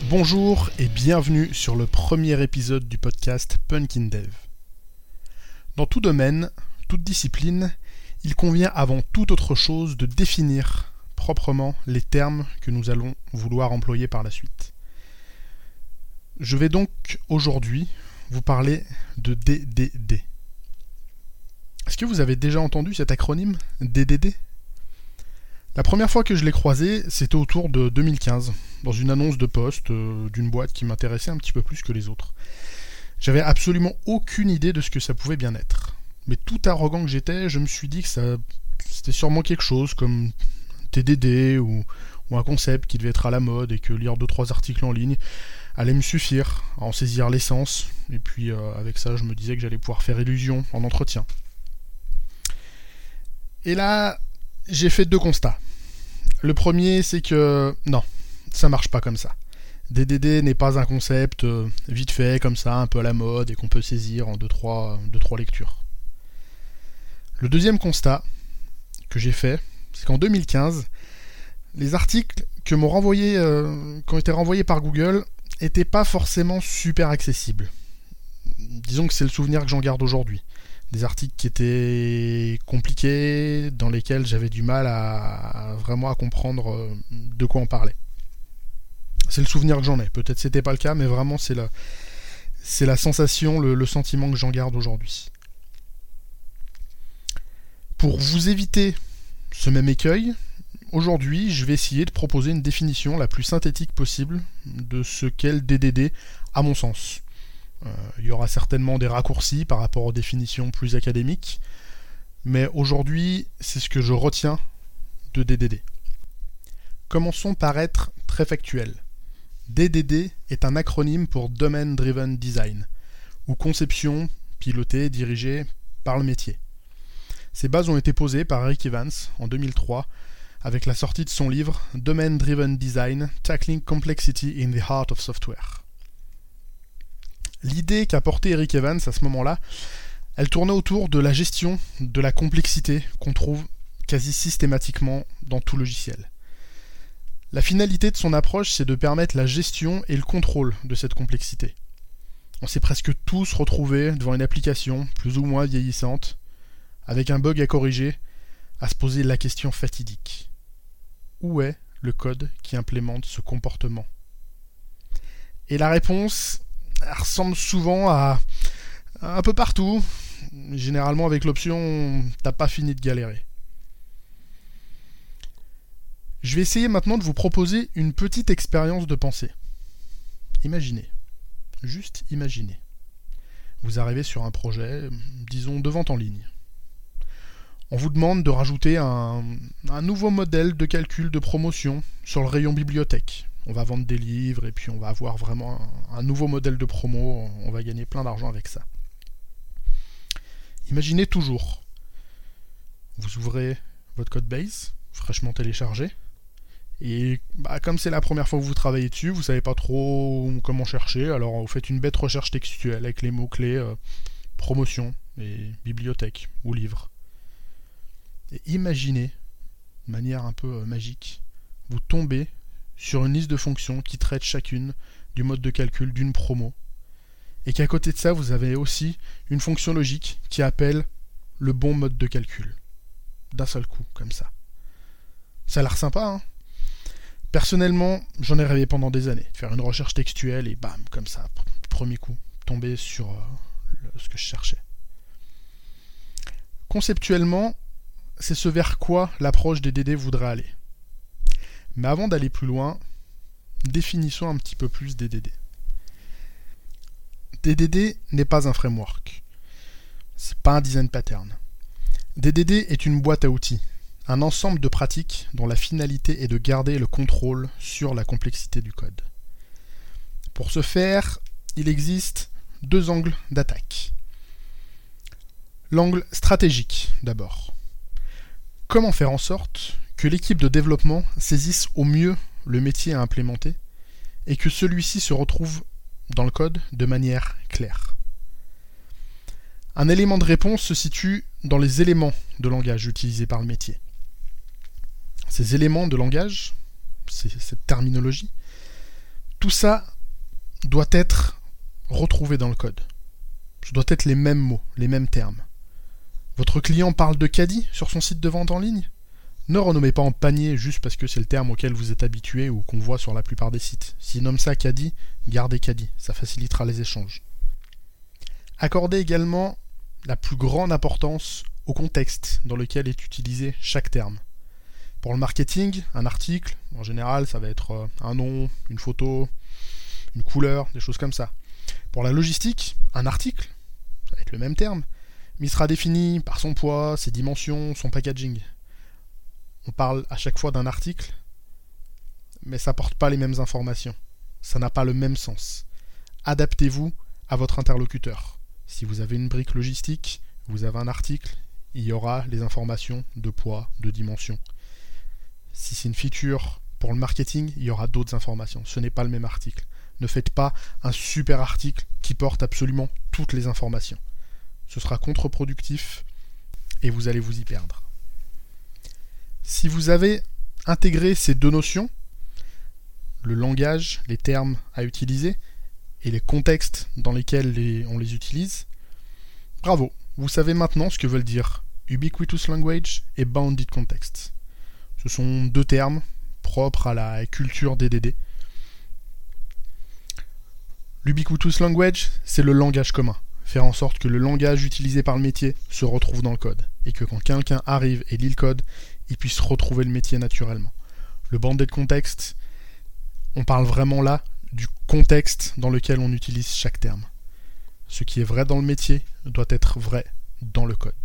Bonjour et bienvenue sur le premier épisode du podcast Punkin Dev. Dans tout domaine, toute discipline, il convient avant toute autre chose de définir proprement les termes que nous allons vouloir employer par la suite. Je vais donc aujourd'hui vous parler de DDD. Est-ce que vous avez déjà entendu cet acronyme DDD ? La première fois que je l'ai croisé, c'était autour de 2015, dans une annonce de poste d'une boîte qui m'intéressait un petit peu plus que les autres. J'avais absolument aucune idée de ce que ça pouvait bien être. Mais tout arrogant que j'étais, je me suis dit que c'était sûrement quelque chose comme TDD ou un concept qui devait être à la mode et que lire 2-3 articles en ligne allait me suffire à en saisir l'essence. Et puis avec ça, je me disais que j'allais pouvoir faire illusion en entretien. Et là, j'ai fait 2 constats. Le premier, c'est que non, ça marche pas comme ça. DDD n'est pas un concept vite fait, comme ça, un peu à la mode et qu'on peut saisir en 2-3 lectures. Le deuxième constat que j'ai fait, c'est qu'en 2015, les articles qui ont été renvoyés par Google n'étaient pas forcément super accessibles. Disons que c'est le souvenir que j'en garde aujourd'hui. Des articles qui étaient compliqués, dans lesquels j'avais du mal à vraiment à comprendre de quoi on parlait. C'est le souvenir que j'en ai. Peut-être c'était pas le cas, mais vraiment c'est la sensation, le sentiment que j'en garde aujourd'hui. Pour vous éviter ce même écueil, aujourd'hui je vais essayer de proposer une définition la plus synthétique possible de ce qu'est le DDD à mon sens. Il y aura certainement des raccourcis par rapport aux définitions plus académiques, mais aujourd'hui, c'est ce que je retiens de DDD. Commençons par être très factuel. DDD est un acronyme pour Domain Driven Design, ou conception pilotée, dirigée par le métier. Ces bases ont été posées par Rick Evans en 2003 avec la sortie de son livre Domain Driven Design, Tackling Complexity in the Heart of Software. L'idée qu'a portée Rick Evans à ce moment-là, elle tournait autour de la gestion de la complexité qu'on trouve quasi systématiquement dans tout logiciel. La finalité de son approche, c'est de permettre la gestion et le contrôle de cette complexité. On s'est presque tous retrouvés devant une application plus ou moins vieillissante, avec un bug à corriger, à se poser la question fatidique. Où est le code qui implémente ce comportement ? Et la réponse, elle ressemble souvent à un peu partout, généralement avec l'option « t'as pas fini de galérer ». Je vais essayer maintenant de vous proposer une petite expérience de pensée. Imaginez, juste imaginez. Vous arrivez sur un projet, disons de vente en ligne. On vous demande de rajouter un nouveau modèle de calcul de promotion sur le rayon bibliothèque. On va vendre des livres et puis on va avoir vraiment un nouveau modèle de promo, on va gagner plein d'argent avec ça. Imaginez toujours, vous ouvrez votre code base, fraîchement téléchargé, et comme c'est la première fois que vous travaillez dessus, vous savez pas trop comment chercher, alors vous faites une bête recherche textuelle avec les mots-clés promotion et bibliothèque ou livre. Et imaginez, de manière un peu magique, vous tombez sur une liste de fonctions qui traite chacune du mode de calcul d'une promo, et qu'à côté de ça, vous avez aussi une fonction logique qui appelle le bon mode de calcul. D'un seul coup, comme ça. Ça a l'air sympa, hein ? Personnellement, j'en ai rêvé pendant des années, de faire une recherche textuelle et bam, comme ça, premier coup, tomber sur ce que je cherchais. Conceptuellement, c'est ce vers quoi l'approche des DD voudrait aller. Mais avant d'aller plus loin, définissons un petit peu plus DDD. DDD n'est pas un framework. C'est pas un design pattern. DDD est une boîte à outils, un ensemble de pratiques dont la finalité est de garder le contrôle sur la complexité du code. Pour ce faire, il existe 2 angles d'attaque. L'angle stratégique, d'abord. Comment faire en sorte que l'équipe de développement saisisse au mieux le métier à implémenter et que celui-ci se retrouve dans le code de manière claire. Un élément de réponse se situe dans les éléments de langage utilisés par le métier. Ces éléments de langage, cette terminologie, Tout ça doit être retrouvé dans le code. Ce doit être les mêmes mots, les mêmes termes. Votre client parle de caddie sur son site de vente en ligne ? Ne renommez pas en panier juste parce que c'est le terme auquel vous êtes habitué ou qu'on voit sur la plupart des sites. S'ils nomment ça caddie, gardez caddie, ça facilitera les échanges. Accordez également la plus grande importance au contexte dans lequel est utilisé chaque terme. Pour le marketing, un article, en général, ça va être un nom, une photo, une couleur, des choses comme ça. Pour la logistique, un article, ça va être le même terme, mais il sera défini par son poids, ses dimensions, son packaging. On parle à chaque fois d'un article, mais ça porte pas les mêmes informations. Ça n'a pas le même sens. Adaptez-vous à votre interlocuteur. Si vous avez une brique logistique, vous avez un article, il y aura les informations de poids, de dimension. Si c'est une feature pour le marketing, il y aura d'autres informations. Ce n'est pas le même article. Ne faites pas un super article qui porte absolument toutes les informations. Ce sera contre-productif et vous allez vous y perdre. Si vous avez intégré ces deux notions, le langage, les termes à utiliser et les contextes dans lesquels on les utilise, bravo, vous savez maintenant ce que veulent dire Ubiquitous Language et Bounded Context. Ce sont deux termes propres à la culture DDD. L'Ubiquitous Language, c'est le langage commun. Faire en sorte que le langage utilisé par le métier se retrouve dans le code et que quand quelqu'un arrive et lit le code, il puisse retrouver le métier naturellement. Le bounded context, on parle vraiment là du contexte dans lequel on utilise chaque terme. Ce qui est vrai dans le métier doit être vrai dans le code.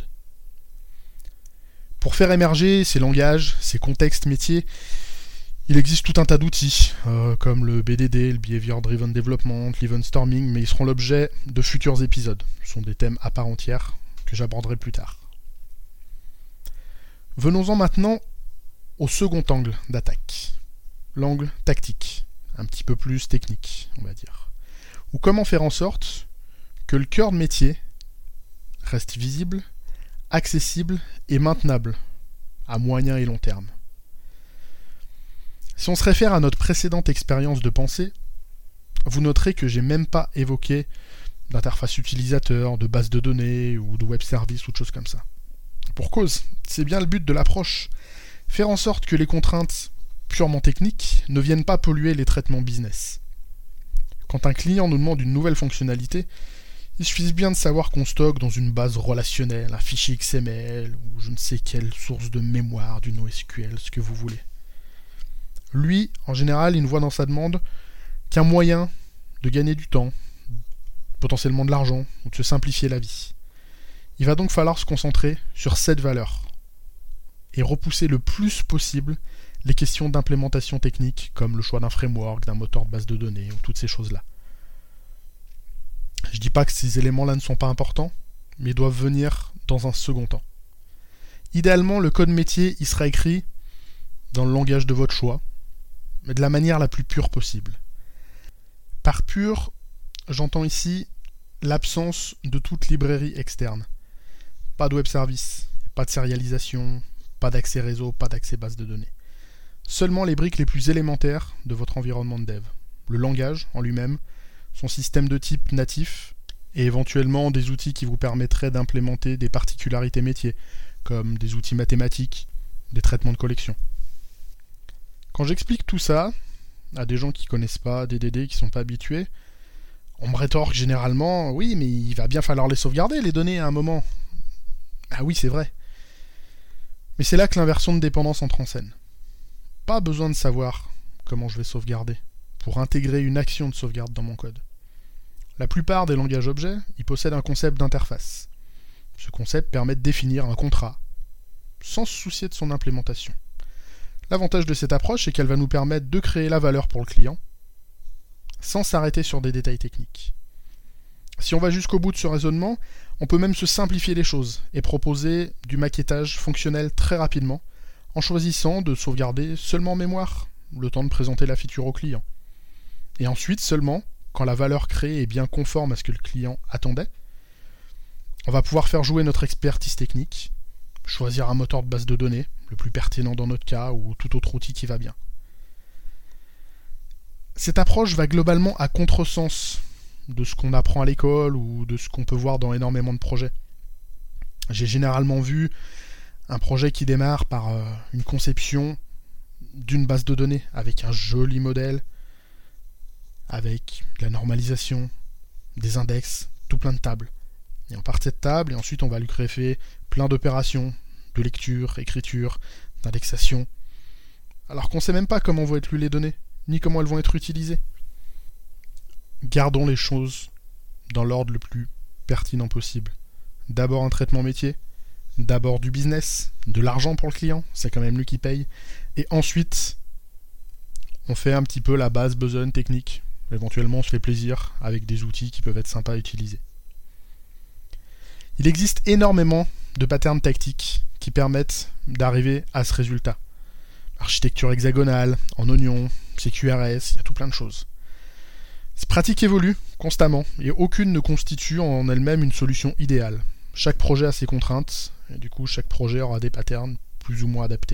Pour faire émerger ces langages, ces contextes métiers, il existe tout un tas d'outils, comme le BDD, le Behavior Driven Development, l'Event Storming, mais ils seront l'objet de futurs épisodes. Ce sont des thèmes à part entière que j'aborderai plus tard. Venons-en maintenant au second angle d'attaque, l'angle tactique, un petit peu plus technique, on va dire. Ou comment faire en sorte que le cœur de métier reste visible, accessible et maintenable à moyen et long terme. Si on se réfère à notre précédente expérience de pensée, vous noterez que j'ai même pas évoqué d'interface utilisateur, de base de données ou de web service ou de choses comme ça. Pour cause, c'est bien le but de l'approche. Faire en sorte que les contraintes purement techniques ne viennent pas polluer les traitements business. Quand un client nous demande une nouvelle fonctionnalité, il suffit bien de savoir qu'on stocke dans une base relationnelle, un fichier XML ou je ne sais quelle source de mémoire du NoSQL, ce que vous voulez. Lui, en général, il ne voit dans sa demande qu'un moyen de gagner du temps, potentiellement de l'argent, ou de se simplifier la vie. Il va donc falloir se concentrer sur cette valeur et repousser le plus possible les questions d'implémentation technique comme le choix d'un framework, d'un moteur de base de données ou toutes ces choses-là. Je dis pas que ces éléments-là ne sont pas importants, mais ils doivent venir dans un second temps. Idéalement, le code métier il sera écrit dans le langage de votre choix, mais de la manière la plus pure possible. Par pur, j'entends ici l'absence de toute librairie externe. Pas de web service, pas de sérialisation, pas d'accès réseau, pas d'accès base de données. Seulement les briques les plus élémentaires de votre environnement de dev. Le langage en lui-même, son système de type natif, et éventuellement des outils qui vous permettraient d'implémenter des particularités métiers, comme des outils mathématiques, des traitements de collection. Quand j'explique tout ça à des gens qui connaissent pas DDD, qui sont pas habitués, on me rétorque généralement « Oui, mais il va bien falloir les sauvegarder, les données, à un moment. » Ah oui, c'est vrai. Mais c'est là que l'inversion de dépendance entre en scène. Pas besoin de savoir comment je vais sauvegarder pour intégrer une action de sauvegarde dans mon code. La plupart des langages objets, ils possèdent un concept d'interface. Ce concept permet de définir un contrat, sans se soucier de son implémentation. L'avantage de cette approche, c'est qu'elle va nous permettre de créer la valeur pour le client, sans s'arrêter sur des détails techniques. Si on va jusqu'au bout de ce raisonnement, on peut même se simplifier les choses et proposer du maquettage fonctionnel très rapidement, en choisissant de sauvegarder seulement en mémoire, le temps de présenter la feature au client. Et ensuite seulement, quand la valeur créée est bien conforme à ce que le client attendait, on va pouvoir faire jouer notre expertise technique, choisir un moteur de base de données, le plus pertinent dans notre cas, ou tout autre outil qui va bien. Cette approche va globalement à contresens de ce qu'on apprend à l'école ou de ce qu'on peut voir dans énormément de projets. J'ai généralement vu un projet qui démarre par une conception d'une base de données avec un joli modèle, avec de la normalisation, des index, tout plein de tables. Et on part de cette table et ensuite on va lui greffer plein d'opérations, de lecture, écriture, d'indexation, alors qu'on ne sait même pas comment vont être lues les données, ni comment elles vont être utilisées. Gardons les choses dans l'ordre le plus pertinent possible. D'abord un traitement métier, d'abord du business, de l'argent pour le client, c'est quand même lui qui paye, et ensuite on fait un petit peu la base besogne technique. Éventuellement on se fait plaisir avec des outils qui peuvent être sympas à utiliser. Il existe énormément de patterns tactiques qui permettent d'arriver à ce résultat. Architecture hexagonale, en oignon, CQRS, il y a tout plein de choses. Ces pratiques évoluent constamment et aucune ne constitue en elle-même une solution idéale. Chaque projet a ses contraintes et du coup chaque projet aura des patterns plus ou moins adaptés.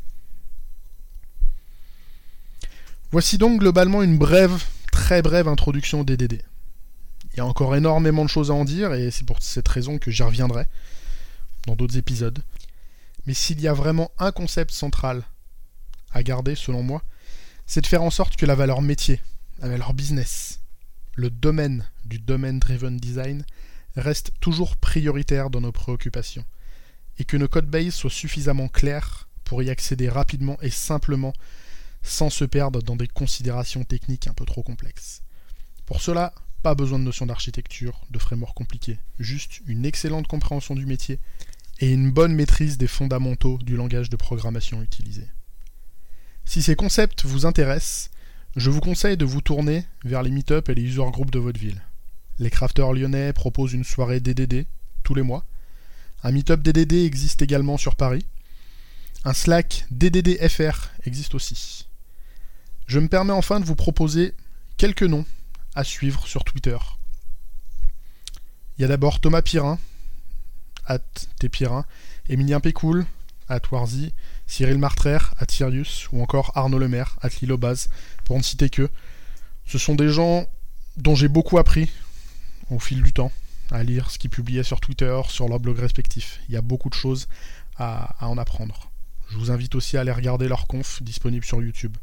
Voici donc globalement une très brève introduction au DDD. Il y a encore énormément de choses à en dire et c'est pour cette raison que j'y reviendrai dans d'autres épisodes. Mais s'il y a vraiment un concept central à garder selon moi, c'est de faire en sorte que la valeur métier, la valeur business, le domaine du domain-driven design reste toujours prioritaire dans nos préoccupations et que nos codebases soient suffisamment clairs pour y accéder rapidement et simplement sans se perdre dans des considérations techniques un peu trop complexes. Pour cela, pas besoin de notion d'architecture, de framework compliqué, juste une excellente compréhension du métier et une bonne maîtrise des fondamentaux du langage de programmation utilisé. Si ces concepts vous intéressent, je vous conseille de vous tourner vers les meet-up et les user groups de votre ville. Les crafters lyonnais proposent une soirée DDD tous les mois. Un meet-up DDD existe également sur Paris. Un Slack DDDFR existe aussi. Je me permets enfin de vous proposer quelques noms à suivre sur Twitter. Il y a d'abord Thomas Pirin, @tpirin, Emilien Pécoul, @Warzy, Cyril Martrer, @Sirius, ou encore Arnaud Lemaire, @Lilobaz, pour ne citer que. Ce sont des gens dont j'ai beaucoup appris au fil du temps, à lire ce qu'ils publiaient sur Twitter, sur leurs blogs respectifs. Il y a beaucoup de choses à en apprendre. Je vous invite aussi à aller regarder leurs confs disponibles sur YouTube.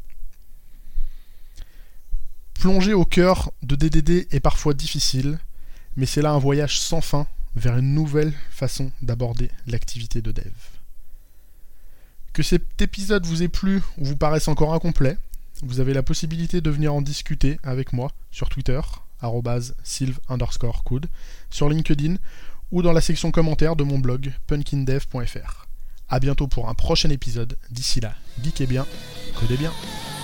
Plonger au cœur de DDD est parfois difficile, mais c'est là un voyage sans fin vers une nouvelle façon d'aborder l'activité de dev. Que cet épisode vous ait plu ou vous paraisse encore incomplet, vous avez la possibilité de venir en discuter avec moi sur Twitter, @sylve_code, sur LinkedIn ou dans la section commentaires de mon blog punkindev.fr. A bientôt pour un prochain épisode. D'ici là, geekez bien, codez bien.